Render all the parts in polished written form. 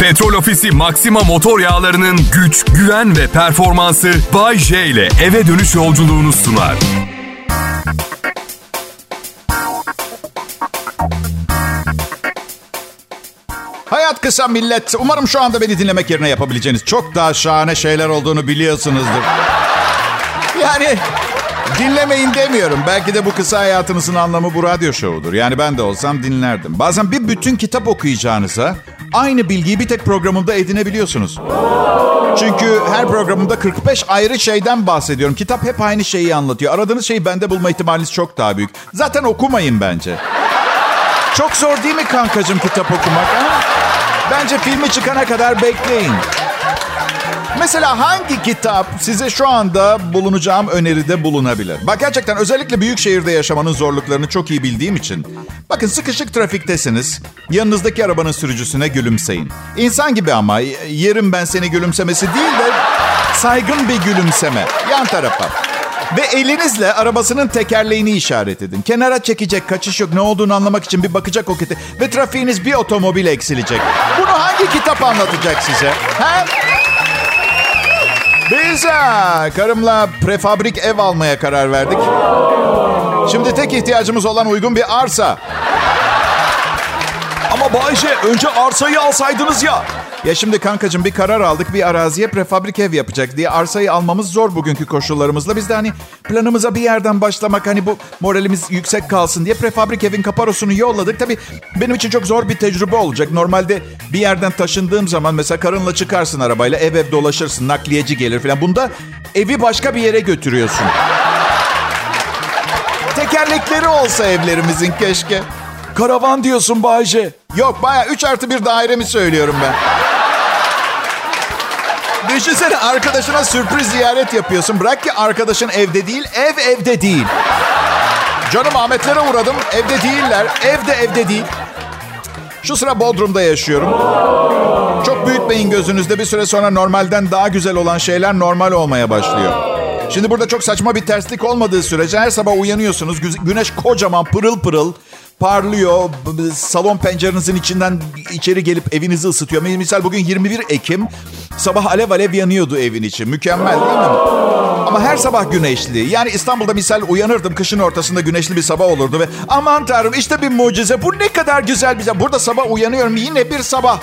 Petrol Ofisi Maxima motor yağlarının güç, güven ve performansı Bay J ile eve dönüş yolculuğunu sunar. Hayat kısa millet. Umarım şu anda beni dinlemek yerine yapabileceğiniz çok daha şahane şeyler olduğunu biliyorsunuzdur. Yani dinlemeyin demiyorum. Belki de bu kısa hayatınızın anlamı bu radyo şovudur. Yani ben de olsam dinlerdim. Bazen bir bütün kitap okuyacağınıza aynı bilgiyi bir tek programımda edinebiliyorsunuz. Çünkü her programımda 45 ayrı şeyden bahsediyorum. Kitap hep aynı şeyi anlatıyor. Aradığınız şeyi bende bulma ihtimaliniz çok daha büyük. Zaten okumayın bence. Çok zor değil mi kankacığım kitap okumak? Ha? Bence filmi çıkana kadar bekleyin. Mesela hangi kitap size şu anda bulunacağım öneride bulunabilir? Bak gerçekten özellikle büyük şehirde yaşamanın zorluklarını çok iyi bildiğim için. Bakın sıkışık trafiktesiniz. Yanınızdaki arabanın sürücüsüne gülümseyin. İnsan gibi ama yerim ben seni gülümsemesi değil de saygın bir gülümseme. Yan tarafa. Ve elinizle arabasının tekerleğini işaret edin. Kenara çekecek, kaçış yok. Ne olduğunu anlamak için bir bakacak o kiti. Ve trafiğiniz bir otomobil eksilecek. Bunu hangi kitap anlatacak size? He? Biz karımla prefabrik ev almaya karar verdik. Şimdi tek ihtiyacımız olan uygun bir arsa. Ama Bayce önce arsayı alsaydınız ya. Ya şimdi kankacığım bir karar aldık, bir araziye prefabrik ev yapacak diye arsayı almamız zor bugünkü koşullarımızla. Biz de hani planımıza bir yerden başlamak, hani bu moralimiz yüksek kalsın diye prefabrik evin kaparosunu yolladık. Tabii benim için çok zor bir tecrübe olacak. Normalde bir yerden taşındığım zaman mesela karınla çıkarsın arabayla, ev dolaşırsın, nakliyeci gelir falan. Bunda evi başka bir yere götürüyorsun. Tekerlekleri olsa evlerimizin keşke. Karavan diyorsun Bayce. Yok baya 3+1 dairemi söylüyorum ben. Düşünsene arkadaşına sürpriz ziyaret yapıyorsun. Bırak ki arkadaşın evde değil, ev evde değil. Canım Ahmetlere uğradım, evde değiller. Ev de evde değil. Şu sıra Bodrum'da yaşıyorum. Çok büyütmeyin gözünüzde, bir süre sonra normalden daha güzel olan şeyler normal olmaya başlıyor. Şimdi burada çok saçma bir terslik olmadığı sürece her sabah uyanıyorsunuz. Güneş kocaman pırıl pırıl parlıyor. Salon pencerenizin içinden içeri gelip evinizi ısıtıyor. Misal bugün 21 Ekim. Sabah alev alev yanıyordu evin içi. Mükemmel değil mi? Ama her sabah güneşli. Yani İstanbul'da misal uyanırdım. Kışın ortasında güneşli bir sabah olurdu ve aman tanrım işte bir mucize. Bu ne kadar güzel bir sabah. Burada sabah uyanıyorum, yine bir sabah.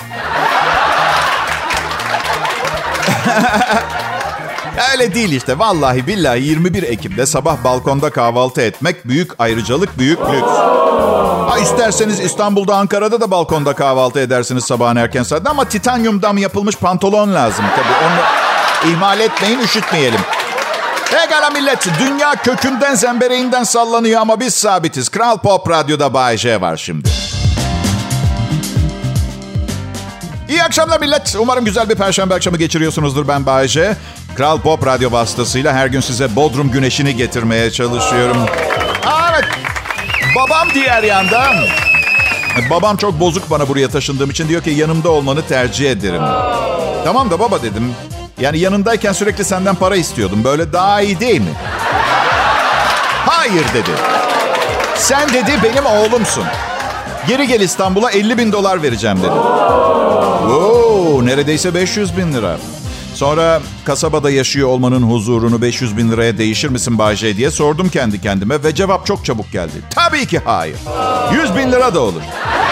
Öyle değil işte. Vallahi billahi 21 Ekim'de sabah balkonda kahvaltı etmek büyük ayrıcalık, büyük lüks. Ha, isterseniz İstanbul'da, Ankara'da da balkonda kahvaltı edersiniz sabahın erken saatinde. Ama titanyumdan yapılmış pantolon lazım. Tabii onu ihmal etmeyin, üşütmeyelim. Pekala millet. Dünya kökünden zembereğinden sallanıyor ama biz sabitiz. Kral Pop Radyo'da Bay J var şimdi. İyi akşamlar millet. Umarım güzel bir perşembe akşamı geçiriyorsunuzdur. Ben Bay J. Kral Pop Radyo vasıtasıyla her gün size Bodrum güneşini getirmeye çalışıyorum. Evet. Babam diğer yanda. Babam çok bozuk bana buraya taşındığım için. Diyor ki yanımda olmanı tercih ederim. Tamam da baba dedim. Yani yanındayken sürekli senden para istiyordum. Böyle daha iyi değil mi? Hayır dedi. Sen dedi benim oğlumsun. Geri gel İstanbul'a, $50.000 vereceğim dedi. Oo, neredeyse $500.000. Sonra kasabada yaşıyor olmanın huzurunu $500.000 değişir misin Bay J diye sordum kendi kendime ve cevap çok çabuk geldi. Tabii ki hayır. $100.000 da olur.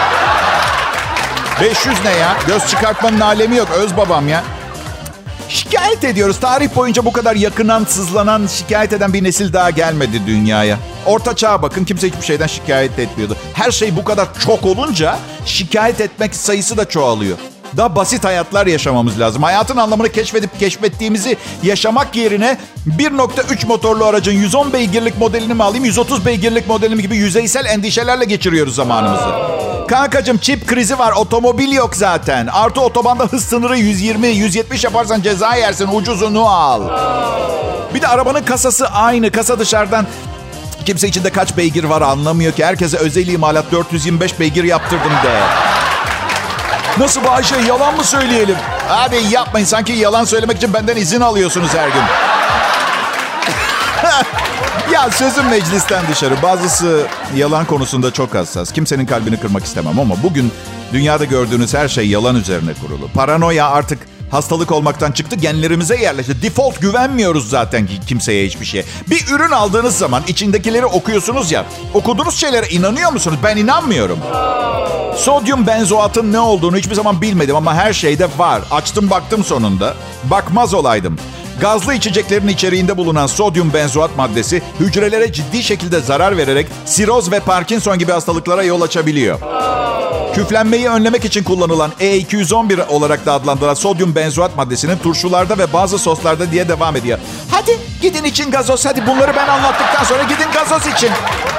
500 ne ya? Göz çıkartmanın alemi yok. Öz babam ya. Şikayet ediyoruz. Tarih boyunca bu kadar yakınan, sızlanan, şikayet eden bir nesil daha gelmedi dünyaya. Orta çağa bakın, kimse hiçbir şeyden şikayet etmiyordu. Her şey bu kadar çok olunca şikayet etmek sayısı da çoğalıyor. Daha basit hayatlar yaşamamız lazım. Hayatın anlamını keşfettiğimizi yaşamak yerine 1.3 motorlu aracın 110 beygirlik modelini mi alayım, 130 beygirlik modelimi gibi yüzeysel endişelerle geçiriyoruz zamanımızı. Kankacığım çip krizi var, otomobil yok zaten. Artı otobanda hız sınırı 120, 170 yaparsan ceza yersin, ucuzunu al. Bir de arabanın kasası aynı. Kasa dışarıdan kimse içinde kaç beygir var anlamıyor ki. Herkese özel imalat 425 beygir yaptırdım de. Nasıl Bayşe, yalan mı söyleyelim? Hadi yapmayın, sanki yalan söylemek için benden izin alıyorsunuz her gün. Ya sözüm meclisten dışarı. Bazısı yalan konusunda çok hassas. Kimsenin kalbini kırmak istemem ama bugün dünyada gördüğünüz her şey yalan üzerine kurulu. Paranoya artık hastalık olmaktan çıktı, genlerimize yerleşti. Default güvenmiyoruz zaten kimseye, hiçbir şeye. Bir ürün aldığınız zaman içindekileri okuyorsunuz ya. Okuduğunuz şeylere inanıyor musunuz? Ben inanmıyorum. Sodyum benzoatın ne olduğunu hiçbir zaman bilmedim ama her şeyde var. Açtım baktım sonunda. Bakmaz olaydım. Gazlı içeceklerin içeriğinde bulunan sodyum benzoat maddesi hücrelere ciddi şekilde zarar vererek siroz ve Parkinson gibi hastalıklara yol açabiliyor. Küflenmeyi önlemek için kullanılan E211 olarak da adlandırılan sodyum benzoat maddesinin turşularda ve bazı soslarda diye devam ediyor. Hadi gidin için gazoz. Hadi bunları ben anlattıktan sonra gidin gazoz için.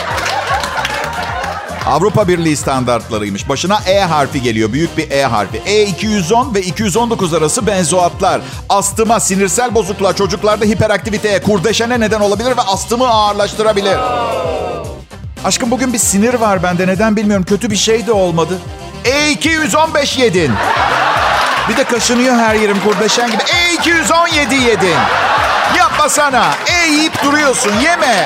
Avrupa Birliği standartlarıymış. Başına E harfi geliyor. Büyük bir E harfi. E210 ve 219 arası benzoatlar astıma, sinirsel bozukluğa, çocuklarda hiperaktiviteye, kurdeşene neden olabilir ve astımı ağırlaştırabilir. Aşkım bugün bir sinir var bende. Neden bilmiyorum. Kötü bir şey de olmadı. E215 yedin. Bir de kaşınıyor her yerim kurdeşen gibi. E217 yedin. Yapmasana. Yiyip duruyorsun. Yeme.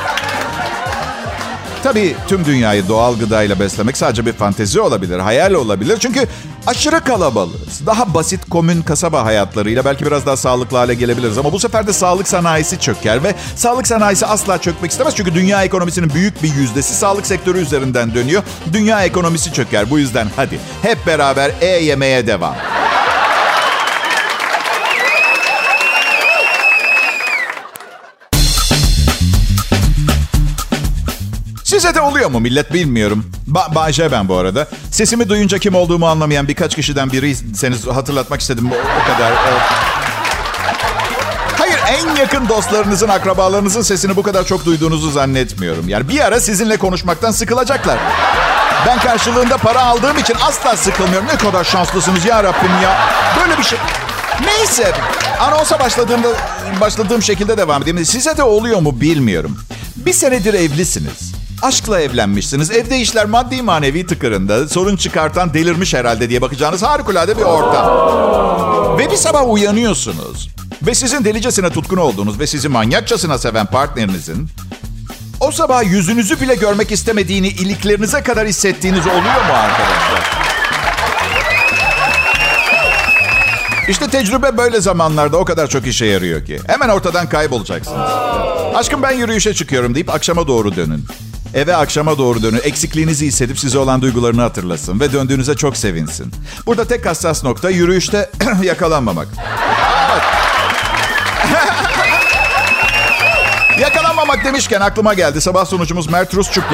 Tabii tüm dünyayı doğal gıdayla beslemek sadece bir fantezi olabilir, hayal olabilir. Çünkü aşırı kalabalığız. Daha basit, komün kasaba hayatlarıyla belki biraz daha sağlıklı hale gelebiliriz. Ama bu sefer de sağlık sanayisi çöker ve sağlık sanayisi asla çökmek istemez. Çünkü dünya ekonomisinin büyük bir yüzdesi sağlık sektörü üzerinden dönüyor. Dünya ekonomisi çöker. Bu yüzden hadi hep beraber yemeye devam. Size de oluyor mu millet bilmiyorum. Bay J ben bu arada. Sesimi duyunca kim olduğumu anlamayan birkaç kişiden biriyseniz hatırlatmak istedim. O kadar. Hayır, en yakın dostlarınızın, akrabalarınızın sesini bu kadar çok duyduğunuzu zannetmiyorum. Yani bir ara sizinle konuşmaktan sıkılacaklar. Ben karşılığında para aldığım için asla sıkılmıyorum. Ne kadar şanslısınız ya Rabbim ya. Böyle bir şey. Neyse. Anonsa başladığım şekilde devam edeyim. Size de oluyor mu bilmiyorum. Bir senedir evlisiniz. Aşkla evlenmişsiniz. Evde işler maddi manevi tıkırında. Sorun çıkartan delirmiş herhalde diye bakacağınız harikulade bir ortam. Ve bir sabah uyanıyorsunuz. Ve sizin delicesine tutkun olduğunuz ve sizi manyakçasına seven partnerinizin o sabah yüzünüzü bile görmek istemediğini iliklerinize kadar hissettiğiniz oluyor mu arkadaşlar? İşte tecrübe böyle zamanlarda o kadar çok işe yarıyor ki. Hemen ortadan kaybolacaksınız. Aşkım ben yürüyüşe çıkıyorum deyip akşama doğru dönün. Eve akşama doğru dönün. Eksikliğinizi hissedip size olan duygularını hatırlasın. Ve döndüğünüze çok sevinsin. Burada tek hassas nokta yürüyüşte yakalanmamak. Evet. Yakalanmamak demişken aklıma geldi. Sabah sonucumuz Mert Rusçuklu.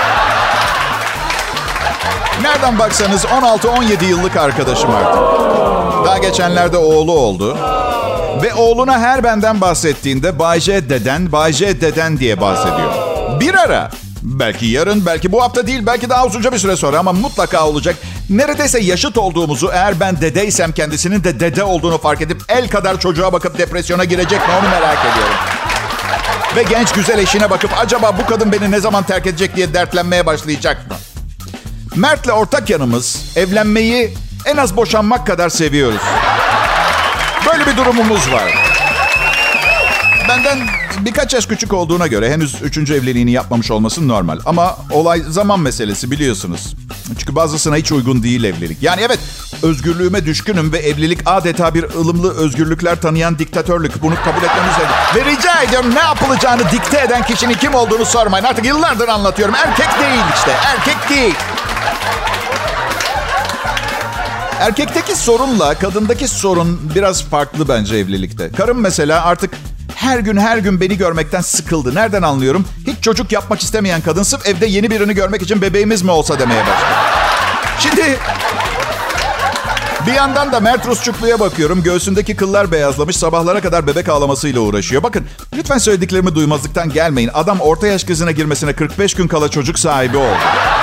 Nereden baksanız 16-17 yıllık arkadaşım artık. Daha geçenlerde oğlu oldu. Ve oğluna her benden bahsettiğinde Bay J deden diye bahsediyor. Bir ara, belki yarın, belki bu hafta değil, belki daha uzunca bir süre sonra ama mutlaka olacak. Neredeyse yaşıt olduğumuzu, eğer ben dedeysem kendisinin de dede olduğunu fark edip el kadar çocuğa bakıp depresyona girecek mi onu merak ediyorum. Ve genç güzel eşine bakıp acaba bu kadın beni ne zaman terk edecek diye dertlenmeye başlayacak mı? Mert'le ortak yanımız evlenmeyi en az boşanmak kadar seviyoruz. Böyle bir durumumuz var. Benden birkaç yaş küçük olduğuna göre henüz 3. evliliğini yapmamış olması normal. Ama olay zaman meselesi biliyorsunuz. Çünkü bazısına hiç uygun değil evlilik. Yani evet, özgürlüğüme düşkünüm ve evlilik adeta bir ılımlı özgürlükler tanıyan diktatörlük. Bunu kabul etmemiz lazım. Ve rica ediyorum ne yapılacağını dikte eden kişinin kim olduğunu sormayın. Artık yıllardır anlatıyorum. Erkek değil işte. Erkek değil. Erkekteki sorunla kadındaki sorun biraz farklı bence evlilikte. Karım mesela artık her gün beni görmekten sıkıldı. Nereden anlıyorum? Hiç çocuk yapmak istemeyen kadın sırf evde yeni birini görmek için bebeğimiz mi olsa demeye başladı. Şimdi bir yandan da Mert Rusçuklu'ya bakıyorum. Göğsündeki kıllar beyazlamış, sabahlara kadar bebek ağlamasıyla uğraşıyor. Bakın lütfen söylediklerimi duymazlıktan gelmeyin. Adam orta yaş krizine girmesine 45 gün kala çocuk sahibi oldu.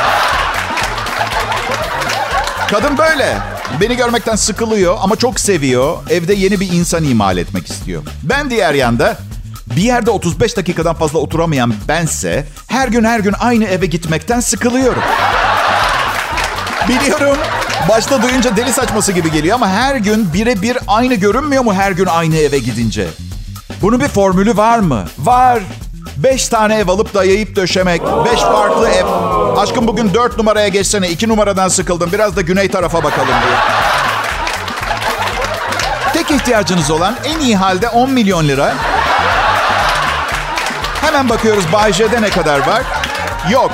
Kadın böyle. Beni görmekten sıkılıyor ama çok seviyor. Evde yeni bir insan imal etmek istiyor. Ben diğer yanda bir yerde 35 dakikadan fazla oturamayan bense her gün aynı eve gitmekten sıkılıyorum. Biliyorum. Başta duyunca deli saçması gibi geliyor ama her gün birebir aynı görünmüyor mu her gün aynı eve gidince? Bunun bir formülü var mı? Var. 5 tane ev alıp dayayıp döşemek. 5 farklı ev. Aşkım bugün 4 numaraya geçsene. 2 numaradan sıkıldım. Biraz da güney tarafa bakalım diye. Tek ihtiyacınız olan en iyi halde 10 milyon lira. Hemen bakıyoruz Bay J'de ne kadar var? Yok.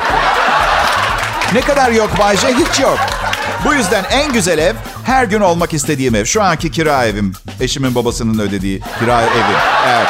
Ne kadar yok Bay J? Hiç yok. Bu yüzden en güzel ev her gün olmak istediğim ev. Şu anki kira evim. Eşimin babasının ödediği kira evi. Evet.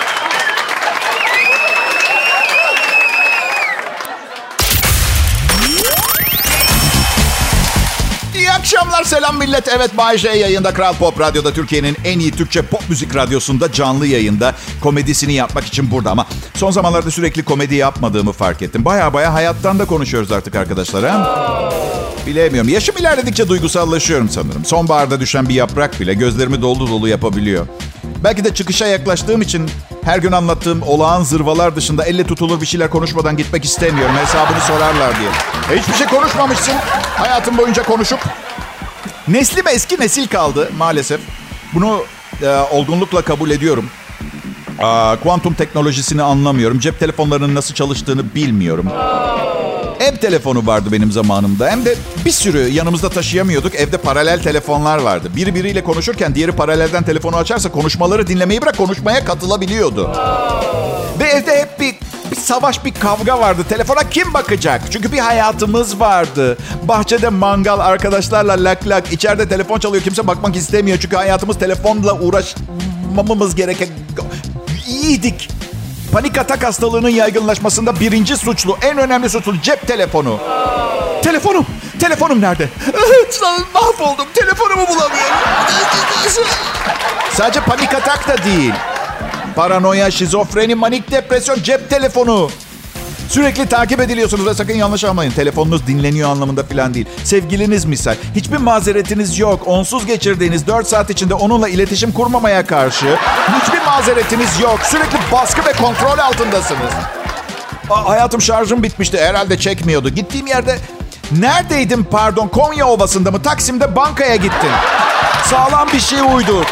İyi akşamlar, selam millet. Evet, Bay J yayında. Kral Pop Radyo'da, Türkiye'nin en iyi Türkçe pop müzik radyosunda canlı yayında komedisini yapmak için burada. Ama son zamanlarda sürekli komedi yapmadığımı fark ettim. Baya hayattan da konuşuyoruz artık arkadaşlar. Ha? Bilemiyorum. Yaşım ilerledikçe duygusallaşıyorum sanırım. Sonbaharda düşen bir yaprak bile gözlerimi dolu yapabiliyor. Belki de çıkışa yaklaştığım için her gün anlattığım olağan zırvalar dışında elle tutulur bir şeyler konuşmadan gitmek istemiyorum. Hesabını sorarlar diye. Hiçbir şey konuşmamışsın. Hayatım boyunca konuşup. Neslim eski nesil kaldı maalesef. Bunu olgunlukla kabul ediyorum. Kuantum teknolojisini anlamıyorum. Cep telefonlarının nasıl çalıştığını bilmiyorum. Ev telefonu vardı benim zamanımda. Hem de bir sürü yanımızda taşıyamıyorduk. Evde paralel telefonlar vardı. Biri biriyle konuşurken diğeri paralelden telefonu açarsa konuşmaları dinlemeyi bırak konuşmaya katılabiliyordu. Ve evde hep bir savaş, bir kavga vardı. Telefona kim bakacak? Çünkü bir hayatımız vardı. Bahçede mangal, arkadaşlarla lak lak. İçeride telefon çalıyor. Kimse bakmak istemiyor. Çünkü hayatımız telefonla uğraşmamamız gereken... İyiydik. Panik atak hastalığının yaygınlaşmasında birinci suçlu, en önemli suçlu cep telefonu. Telefonum nerede? Mahvoldum. Telefonumu bulamıyorum. Sadece panik atak da değil. Paranoya, şizofreni, manik depresyon, cep telefonu. Sürekli takip ediliyorsunuz ve sakın yanlış anlayın. Telefonunuz dinleniyor anlamında falan değil. Sevgiliniz misal. Hiçbir mazeretiniz yok. Onsuz geçirdiğiniz 4 saat içinde onunla iletişim kurmamaya karşı hiçbir mazeretiniz yok. Sürekli baskı ve kontrol altındasınız. Hayatım şarjım bitmişti. Herhalde çekmiyordu. Gittiğim yerde... Neredeydim pardon? Konya Ovası'nda mı? Taksim'de bankaya gittim. Sağlam bir şey uydur.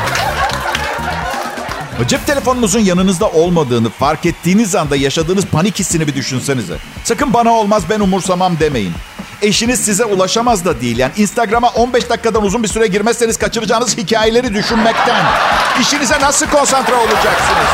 Cep telefonunuzun yanınızda olmadığını fark ettiğiniz anda yaşadığınız panik hissini bir düşünsenize. Sakın bana olmaz ben umursamam demeyin. Eşiniz size ulaşamaz da değil. Yani Instagram'a 15 dakikadan uzun bir süre girmezseniz kaçıracağınız hikayeleri düşünmekten. İşinize nasıl konsantre olacaksınız?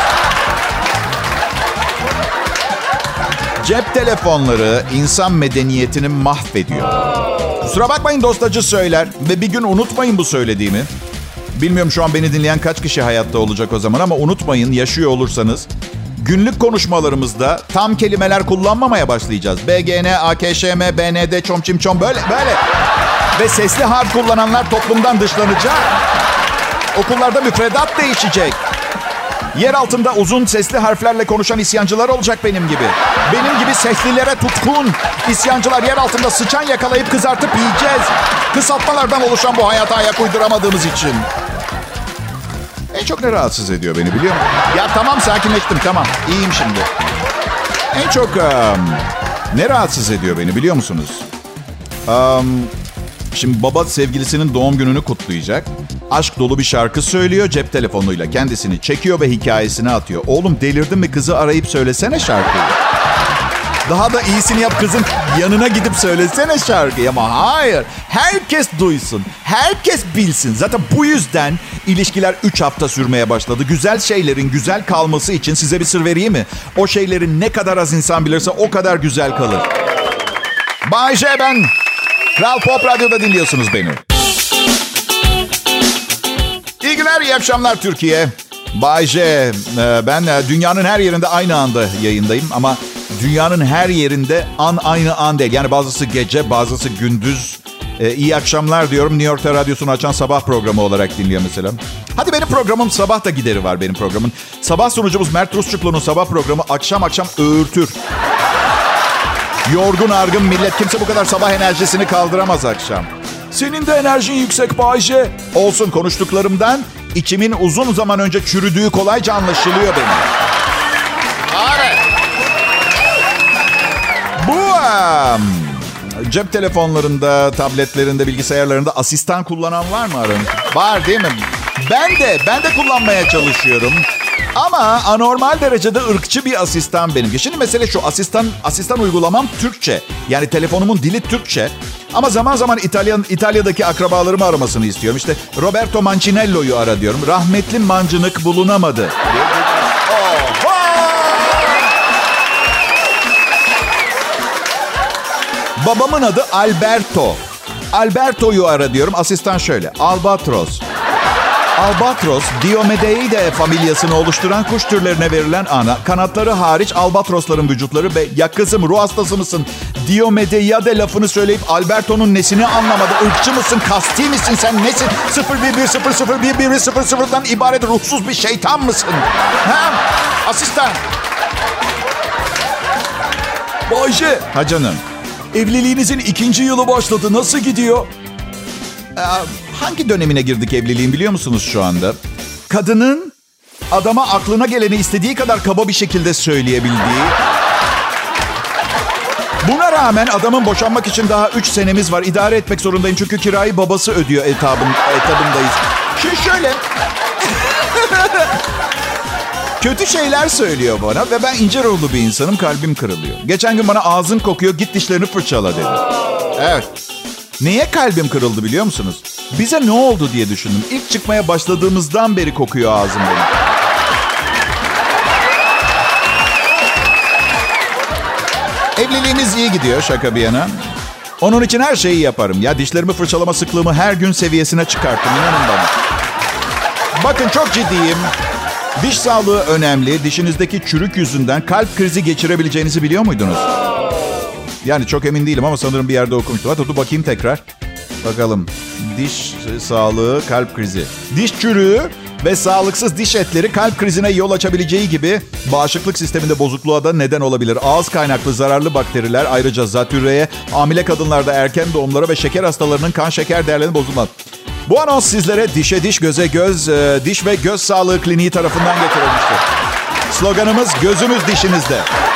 Cep telefonları insan medeniyetini mahvediyor. Kusura bakmayın dostacı söyler ve bir gün unutmayın bu söylediğimi. Bilmiyorum şu an beni dinleyen kaç kişi hayatta olacak o zaman ama unutmayın, yaşıyor olursanız günlük konuşmalarımızda tam kelimeler kullanmamaya başlayacağız. BGN, AKŞM, BND, çom çim çom böyle. Ve sesli harf kullananlar toplumdan dışlanacak. Okullarda müfredat değişecek. Yer altında uzun sesli harflerle konuşan isyancılar olacak benim gibi. Benim gibi seslilere tutkun isyancılar yer altında sıçan yakalayıp kızartıp yiyeceğiz. Kısaltmalardan oluşan bu hayata ayak uyduramadığımız için. En çok ne rahatsız ediyor beni biliyor musun? Ya tamam sakinleştim tamam. İyiyim şimdi. En çok ne rahatsız ediyor beni biliyor musunuz? Şimdi baba sevgilisinin doğum gününü kutlayacak. Aşk dolu bir şarkı söylüyor cep telefonuyla. Kendisini çekiyor ve hikayesini atıyor. Oğlum delirdin mi, kızı arayıp söylesene şarkıyı. Daha da iyisini yap, kızın yanına gidip söylesene şarkıyı. Ama hayır. Herkes duysun. Herkes bilsin. Zaten bu yüzden ilişkiler 3 hafta sürmeye başladı. Güzel şeylerin güzel kalması için size bir sır vereyim mi? O şeylerin ne kadar az insan bilirse o kadar güzel kalır. Bay J ben. Kral Pop Radyo'da dinliyorsunuz beni. İyi günler, iyi akşamlar Türkiye. Bay J, ben dünyanın her yerinde aynı anda yayındayım ama dünyanın her yerinde aynı an değil. Yani bazısı gece, bazısı gündüz. İyi akşamlar diyorum. New York'ta radyosunu açan sabah programı olarak dinliyor mesela. Hadi benim programım sabah da gideri var benim programın. Sabah sunucumuz Mert Rusçuklu'nun sabah programı akşam öğürtür. Yorgun argın millet, kimse bu kadar sabah enerjisini kaldıramaz akşam. Senin de enerjin yüksek Bay J. Olsun, konuştuklarımdan içimin uzun zaman önce çürüdüğü kolayca anlaşılıyor benim. Evet. Bu cep telefonlarında, tabletlerinde, bilgisayarlarında asistan kullanan var mı aranızda? Var değil mi? Ben de kullanmaya çalışıyorum. Ama anormal derecede ırkçı bir asistan benimki. Şimdi mesele şu, asistan uygulamam Türkçe. Yani telefonumun dili Türkçe. Ama zaman zaman İtalya'daki akrabalarımı aramasını istiyorum. İşte Roberto Mancinello'yu ara diyorum. Rahmetli mancınık bulunamadı. Babamın adı Alberto. Alberto'yu ara diyorum. Asistan şöyle. Albatros. Albatros, Diomedeidae familyasını oluşturan kuş türlerine verilen ana. Kanatları hariç albatrosların vücutları ve ya kızım ruh hastası mısın? Diomedeidae lafını söyleyip Alberto'nun nesini anlamadı. Irkçı mısın? Kasti misin? Sen nesin? 011001100'dan ibaret ruhsuz bir şeytan mısın? Ha? Asistan. Bayce. Ha canım. Evliliğinizin 2. yılı başladı. Nasıl gidiyor? Hangi dönemine girdik evliliğin biliyor musunuz şu anda? Kadının adama aklına geleni istediği kadar kaba bir şekilde söyleyebildiği. Buna rağmen adamın boşanmak için daha 3 senemiz var. İdare etmek zorundayım çünkü kirayı babası ödüyor etabındayız. Şimdi şöyle... Kötü şeyler söylüyor bana ve ben ince ruhlu bir insanım, kalbim kırılıyor. Geçen gün bana ağzın kokuyor, git dişlerini fırçala dedi. Evet. Neye kalbim kırıldı biliyor musunuz? Bize ne oldu diye düşündüm. İlk çıkmaya başladığımızdan beri kokuyor ağzım benim. Evliliğimiz iyi gidiyor şaka bir yana. Onun için her şeyi yaparım. Ya dişlerimi fırçalama sıklığımı her gün seviyesine çıkarttım, inanın bana. Bakın çok ciddiyim. Diş sağlığı önemli. Dişinizdeki çürük yüzünden kalp krizi geçirebileceğinizi biliyor muydunuz? Yani çok emin değilim ama sanırım bir yerde okumuştum. Hadi dur bakayım tekrar. Bakalım. Diş sağlığı, kalp krizi. Diş çürüğü ve sağlıksız diş etleri kalp krizine yol açabileceği gibi bağışıklık sisteminde bozukluğa da neden olabilir. Ağız kaynaklı zararlı bakteriler ayrıca zatürreye, hamile kadınlarda erken doğumlara ve şeker hastalarının kan şeker değerlerinin bozulmaz. Bu anons sizlere dişe diş, göze göz, diş ve göz sağlığı kliniği tarafından getirilmiştir. Sloganımız gözümüz dişinizde.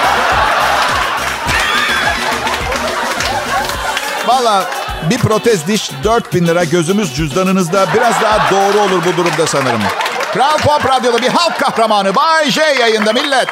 Valla bir protez diş 4.000 lira, gözümüz cüzdanınızda, biraz daha doğru olur bu durumda sanırım. Kral Pop Radyo'da bir halk kahramanı Bay J yayında millet.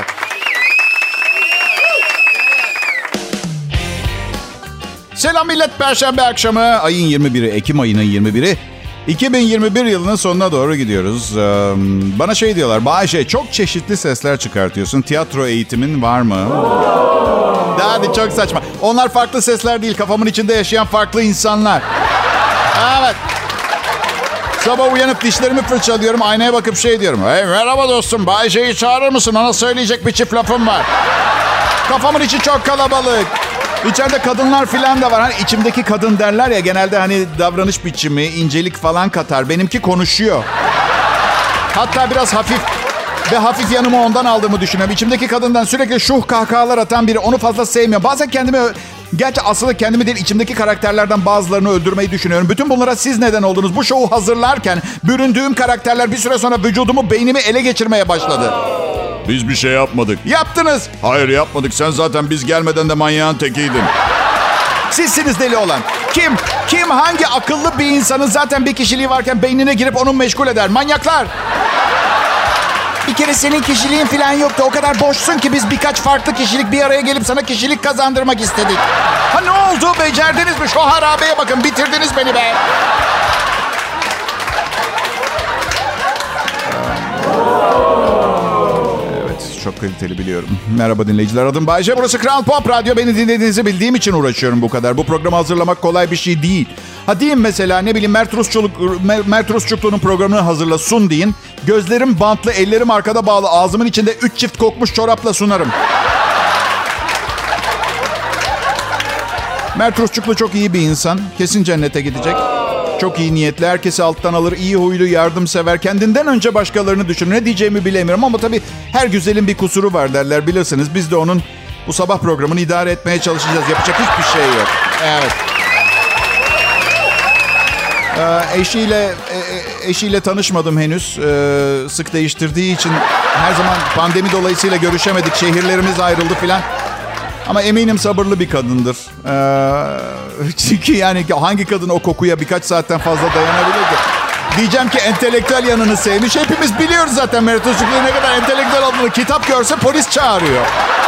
Selam millet, Perşembe akşamı ayın 21'i, Ekim ayının 21'i. 2021 yılının sonuna doğru gidiyoruz. Bana şey diyorlar, Bayşe çok çeşitli sesler çıkartıyorsun. Tiyatro eğitimin var mı? Hadi çok saçma. Onlar farklı sesler değil, kafamın içinde yaşayan farklı insanlar. Evet. Sabah uyanıp dişlerimi fırçalıyorum, aynaya bakıp şey diyorum. Hey merhaba dostum, Bayşe'yi çağırır mısın? Ona söyleyecek bir çift lafım var. Kafamın içi çok kalabalık. İçeride kadınlar filan da var. Hani içimdeki kadın derler ya, genelde hani davranış biçimi, incelik falan katar. Benimki konuşuyor. Hatta biraz hafif yanımı ondan aldığımı düşünüyorum. İçimdeki kadından sürekli şuh kahkahalar atan biri. Onu fazla sevmiyorum. Bazen gerçi aslında kendimi değil, içimdeki karakterlerden bazılarını öldürmeyi düşünüyorum. Bütün bunlara siz neden oldunuz. Bu şovu hazırlarken büründüğüm karakterler bir süre sonra vücudumu, beynimi ele geçirmeye başladı. Biz bir şey yapmadık. Yaptınız. Hayır yapmadık. Sen zaten biz gelmeden de manyağın tekiydin. Sizsiniz deli olan. Kim hangi akıllı bir insanın zaten bir kişiliği varken beynine girip onu meşgul eder? Manyaklar. Bir kere senin kişiliğin falan yoktu. O kadar boşsun ki biz birkaç farklı kişilik bir araya gelip sana kişilik kazandırmak istedik. Ha ne oldu? Becerdiniz mi? Şu harabeye bakın. Bitirdiniz beni be. Çok kaliteli biliyorum. Merhaba dinleyiciler, adım Bayce. Burası Kral Pop Radyo. Beni dinlediğinizi bildiğim için uğraşıyorum bu kadar. Bu programı hazırlamak kolay bir şey değil. Ha diyeyim mesela, ne bileyim Mert Rusçuklu'nun programını hazırla sun deyin. Gözlerim bantlı, ellerim arkada bağlı, ağzımın içinde 3 çift kokmuş çorapla sunarım. Mert Rusçuklu çok iyi bir insan. Kesin cennete gidecek. Çok iyi niyetli, herkesi alttan alır, iyi huylu, yardımsever, kendinden önce başkalarını düşünür. Ne diyeceğimi bilemiyorum ama tabii her güzelin bir kusuru var derler, bilirsiniz. Biz de onun bu sabah programını idare etmeye çalışacağız. Yapacak hiçbir şey yok. Evet. Eşiyle tanışmadım henüz. Sık değiştirdiği için her zaman pandemi dolayısıyla görüşemedik. Şehirlerimiz ayrıldı filan. Ama eminim sabırlı bir kadındır. Çünkü yani hangi kadın o kokuya birkaç saatten fazla dayanabilir ki? Diyeceğim ki entelektüel yanını sevmiş. Hepimiz biliyoruz zaten meritokratın ne kadar entelektüel olduğunu. Kitap görse polis çağırıyor.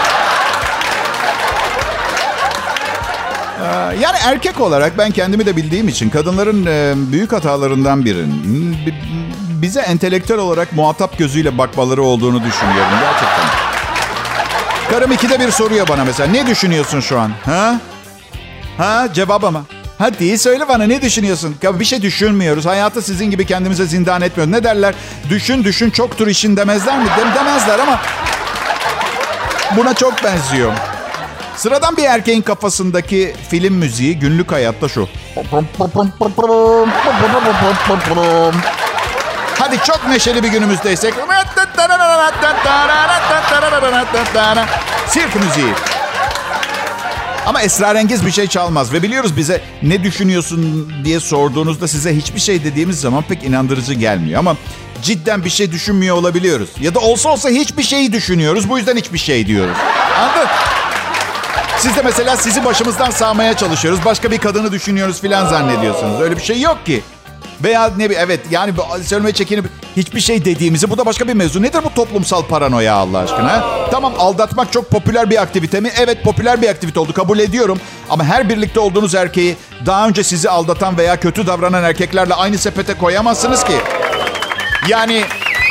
Yani erkek olarak ben kendimi de bildiğim için kadınların büyük hatalarından birinin bize entelektüel olarak muhatap gözüyle bakmaları olduğunu düşünüyorum gerçekten. Karım 2'de bir soruyor bana mesela. Ne düşünüyorsun şu an? Ha? Cevap ama. Hadi söyle bana ne düşünüyorsun? Ya bir şey düşünmüyoruz. Hayatı sizin gibi kendimize zindan etmiyoruz. Ne derler? Düşün çoktur işin demezler mi? Demezler ama buna çok benziyor. Sıradan bir erkeğin kafasındaki film müziği günlük hayatta şu. Hadi çok neşeli bir günümüzdeysek. Sirk müziği. Ama esrarengiz bir şey çalmaz. Ve biliyoruz bize ne düşünüyorsun diye sorduğunuzda size hiçbir şey dediğimiz zaman pek inandırıcı gelmiyor. Ama cidden bir şey düşünmüyor olabiliyoruz. Ya da olsa hiçbir şeyi düşünüyoruz. Bu yüzden hiçbir şey diyoruz. Anladın? Siz de mesela sizi başımızdan sağmaya çalışıyoruz. Başka bir kadını düşünüyoruz filan zannediyorsunuz. Öyle bir şey yok ki. Veya evet yani söylemeye çekinip hiçbir şey dediğimizi, bu da başka bir mevzu. Nedir bu toplumsal paranoya Allah aşkına? Tamam, aldatmak çok popüler bir aktivite mi? Evet, popüler bir aktivite oldu, kabul ediyorum. Ama her birlikte olduğunuz erkeği daha önce sizi aldatan veya kötü davranan erkeklerle aynı sepete koyamazsınız ki. Yani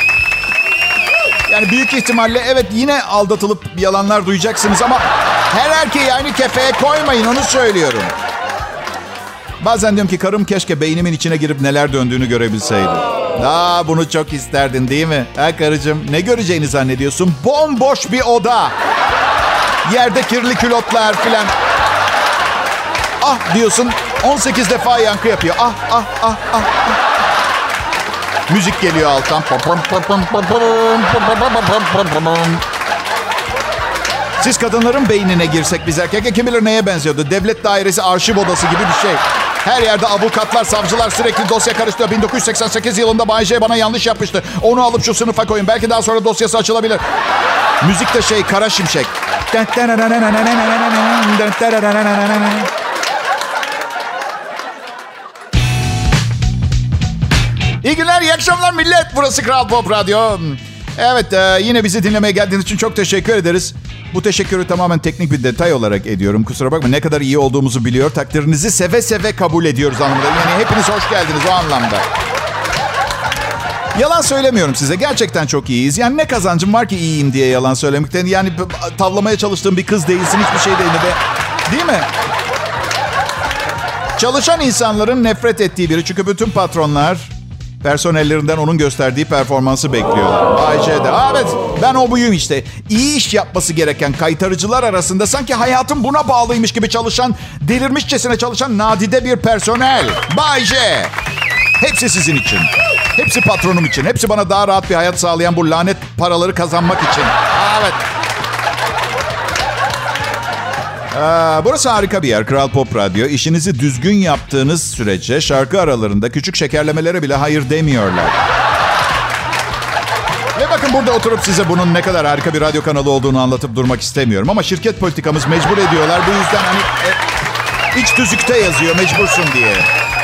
büyük ihtimalle evet yine aldatılıp yalanlar duyacaksınız ama her erkeği aynı kefeye koymayın, onu söylüyorum. Bazen diyorum ki karım keşke beynimin içine girip neler döndüğünü görebilseydi. Bunu çok isterdin değil mi? Ha karıcığım, ne göreceğini zannediyorsun? Bomboş bir oda. Yerde kirli külotlar filan. Ah diyorsun, 18 defa yankı yapıyor. Ah. Müzik geliyor alttan. Siz kadınların beynine girsek biz erkek, kim bilir neye benziyordu? Devlet dairesi arşiv odası gibi bir şey. Her yerde avukatlar, savcılar sürekli dosya karıştırıyor. 1988 yılında Bay J bana yanlış yapmıştı. Onu alıp şu sınıfa koyun. Belki daha sonra dosyası açılabilir. Müzik de Kara Şimşek. İyi günler, iyi akşamlar millet. Burası Kral Pop Radyo. Evet, yine bizi dinlemeye geldiğiniz için çok teşekkür ederiz. Bu teşekkürü tamamen teknik bir detay olarak ediyorum. Kusura bakma, ne kadar iyi olduğumuzu biliyor. Takdirinizi seve seve kabul ediyoruz anlamında. Yani hepiniz hoş geldiniz o anlamda. Yalan söylemiyorum size. Gerçekten çok iyiyiz. Yani ne kazancım var ki iyiyim diye yalan söylemekten. Yani tavlamaya çalıştığım bir kız değilsin. Hiçbir şey değil mi? Çalışan insanların nefret ettiği biri. Çünkü bütün patronlar personellerinden onun gösterdiği performansı bekliyorlar. Bayce'de. Evet, ben o buyum işte. İyi iş yapması gereken kaytarıcılar arasında sanki hayatım buna bağlıymış gibi çalışan, delirmişçesine çalışan nadide bir personel. Bayce. Hepsi sizin için. Hepsi patronum için. Hepsi bana daha rahat bir hayat sağlayan bu lanet paraları kazanmak için. Evet. Burası harika bir yer. Kral Pop Radyo. İşinizi düzgün yaptığınız sürece şarkı aralarında küçük şekerlemelere bile hayır demiyorlar. Ve bakın, burada oturup size bunun ne kadar harika bir radyo kanalı olduğunu anlatıp durmak istemiyorum. Ama şirket politikamız mecbur ediyorlar. Bu yüzden iç tüzükte yazıyor mecbursun diye.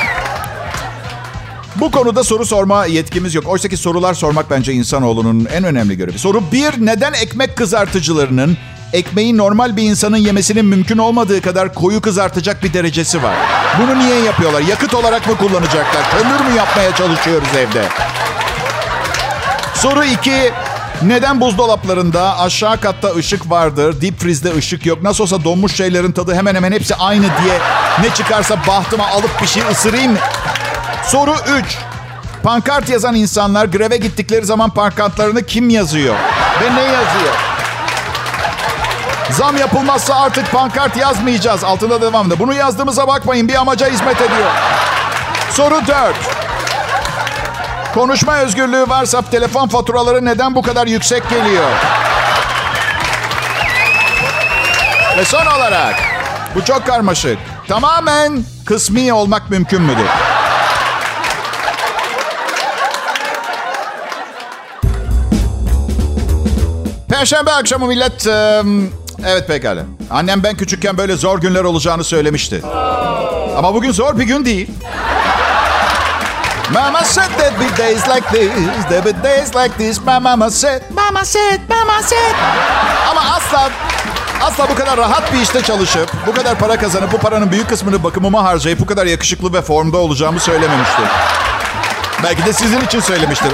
Bu konuda soru sorma yetkimiz yok. Oysa ki sorular sormak bence insanoğlunun en önemli görevi. Soru 1. Neden ekmek kızartıcılarının ekmeği normal bir insanın yemesinin mümkün olmadığı kadar koyu kızartacak bir derecesi var? Bunu niye yapıyorlar? Yakıt olarak mı kullanacaklar? Kömür mü yapmaya çalışıyoruz evde? Soru 2. Neden buzdolaplarında aşağı katta ışık vardır, deep freeze'de ışık yok? Nasıl olsa donmuş şeylerin tadı hemen hemen hepsi aynı diye ne çıkarsa bahtıma alıp bir şey ısırayım. Soru 3. Pankart yazan insanlar greve gittikleri zaman pankartlarını kim yazıyor? Ve ne yazıyor? Zam yapılmazsa artık pankart yazmayacağız. Altında devamlı. Bunu yazdığımıza bakmayın, bir amaca hizmet ediyor. Soru 4. Konuşma özgürlüğü varsa telefon faturaları neden bu kadar yüksek geliyor? Ve son olarak, bu çok karmaşık. Tamamen kısmi olmak mümkün müdür? Perşembe akşamı millet. Evet, pekala. Annem ben küçükken böyle zor günler olacağını söylemişti. Ama bugün zor bir gün değil. Mama said there'd be days like this, there'd be days like this. My mama said, mama said, mama said. Ama asla bu kadar rahat bir işte çalışıp, bu kadar para kazanıp, bu paranın büyük kısmını bakımıma harcayıp, bu kadar yakışıklı ve formda olacağımı söylememiştir. Belki de sizin için söylemiştir.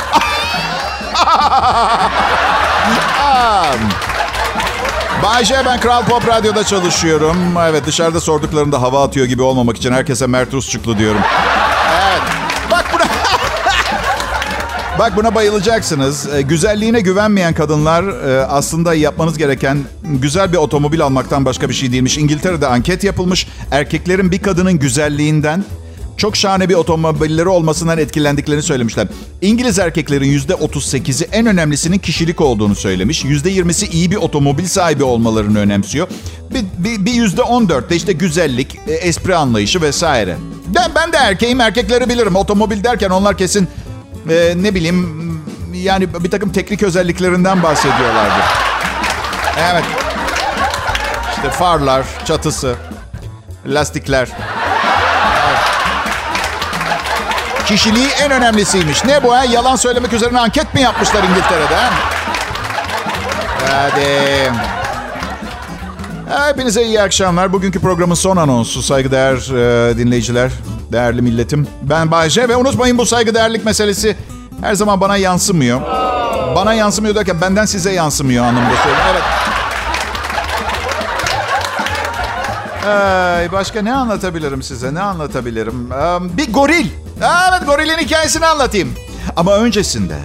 Bay J, ben Kral Pop Radyo'da çalışıyorum. Evet, dışarıda sorduklarında hava atıyor gibi olmamak için herkese Mert Rusçuklu diyorum. Evet. Bak buna bayılacaksınız. Güzelliğine güvenmeyen kadınlar aslında yapmanız gereken güzel bir otomobil almaktan başka bir şey değilmiş. İngiltere'de anket yapılmış. Erkeklerin bir kadının güzelliğinden çok şahane bir otomobilleri olmasından etkilendiklerini söylemişler. İngiliz erkeklerin %38'i en önemlisinin kişilik olduğunu söylemiş. %20'si iyi bir otomobil sahibi olmalarını önemsiyor. Bir %14 de işte güzellik, espri anlayışı vesaire. Ben de erkeğim, erkekleri bilirim. Otomobil derken onlar kesin ne bileyim yani bir takım teknik özelliklerinden bahsediyorlardı. Evet. İşte farlar, çatısı, lastikler. Kişiliği en önemlisiymiş. Ne bu ha? Yalan söylemek üzerine anket mi yapmışlar İngiltere'de? Ha? Hadi. Hepinize iyi akşamlar. Bugünkü programın son anonsu. Saygıdeğer dinleyiciler, değerli milletim. Ben Bay J ve unutmayın bu saygıdeğerlik meselesi her zaman bana yansımıyor. Bana yansımıyor derken benden size yansımıyor anlamında söylüyorum. Evet. Başka ne anlatabilirim size? Ne anlatabilirim? Bir goril. Evet, gorilin hikayesini anlatayım. Ama öncesinde...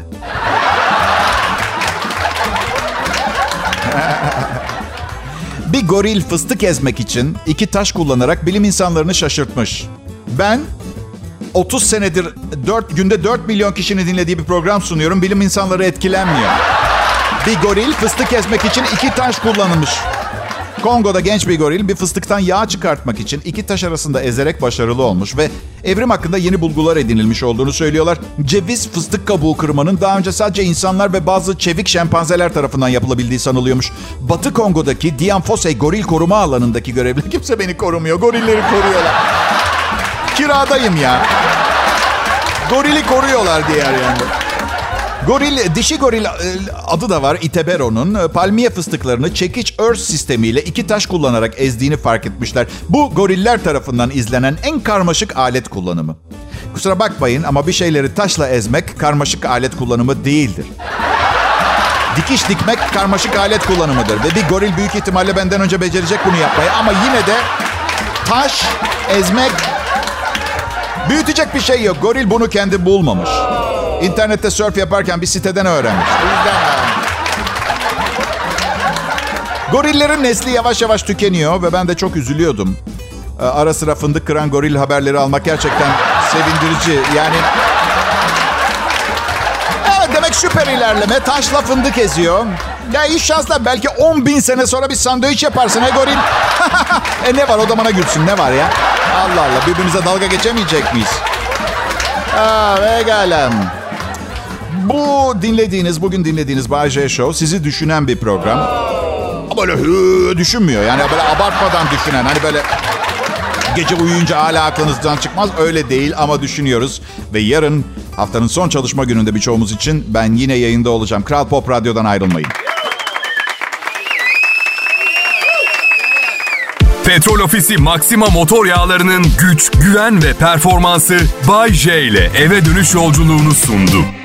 bir goril fıstık ezmek için 2 taş kullanarak bilim insanlarını şaşırtmış. Ben 30 senedir günde 4 milyon kişinin dinlediği bir program sunuyorum. Bilim insanları etkilenmiyor. Bir goril fıstık ezmek için 2 taş kullanılmış. Kongo'da genç bir goril bir fıstıktan yağ çıkartmak için 2 taş arasında ezerek başarılı olmuş ve evrim hakkında yeni bulgular edinilmiş olduğunu söylüyorlar. Ceviz fıstık kabuğu kırmanın daha önce sadece insanlar ve bazı çevik şempanzeler tarafından yapılabildiği sanılıyormuş. Batı Kongo'daki Dianfosey goril koruma alanındaki görevli kimse beni korumuyor. Gorilleri koruyorlar. Kiradayım ya. Gorili koruyorlar diğer yanda. Goril, dişi goril adı da var Itebero'nun. Palmiye fıstıklarını çekiç örs sistemiyle 2 taş kullanarak ezdiğini fark etmişler. Bu goriller tarafından izlenen en karmaşık alet kullanımı. Kusura bakmayın ama bir şeyleri taşla ezmek karmaşık alet kullanımı değildir. Dikiş dikmek karmaşık alet kullanımıdır. Ve bir goril büyük ihtimalle benden önce becerecek bunu yapmayı. Ama yine de taş ezmek büyütecek bir şey yok. Goril bunu kendi bulmamış. İnternette surf yaparken bir siteden öğrenmiş. O yüzden... Gorillerin nesli yavaş yavaş tükeniyor ve ben de çok üzülüyordum. Ara sıra fındık kıran goril haberleri almak gerçekten sevindirici. Yani... Evet, demek süper ilerleme. Taşla fındık eziyor. Ya iyi şanslar. Belki 10.000 sene sonra bir sandviç yaparsın he goril. Ne var, o da bana gülsün. Ne var ya? Allah Allah, birbirimize dalga geçemeyecek miyiz? Pekala. Bugün dinlediğiniz Bay J Show sizi düşünen bir program. Ama böyle düşünmüyor. Yani böyle abartmadan düşünen. Hani böyle gece uyuyunca hala aklınızdan çıkmaz. Öyle değil ama düşünüyoruz. Ve yarın haftanın son çalışma gününde birçoğumuz için ben yine yayında olacağım. Kral Pop Radyo'dan ayrılmayın. Petrol Ofisi Maxima motor yağlarının güç, güven ve performansı Bay J ile eve dönüş yolculuğunu sundu.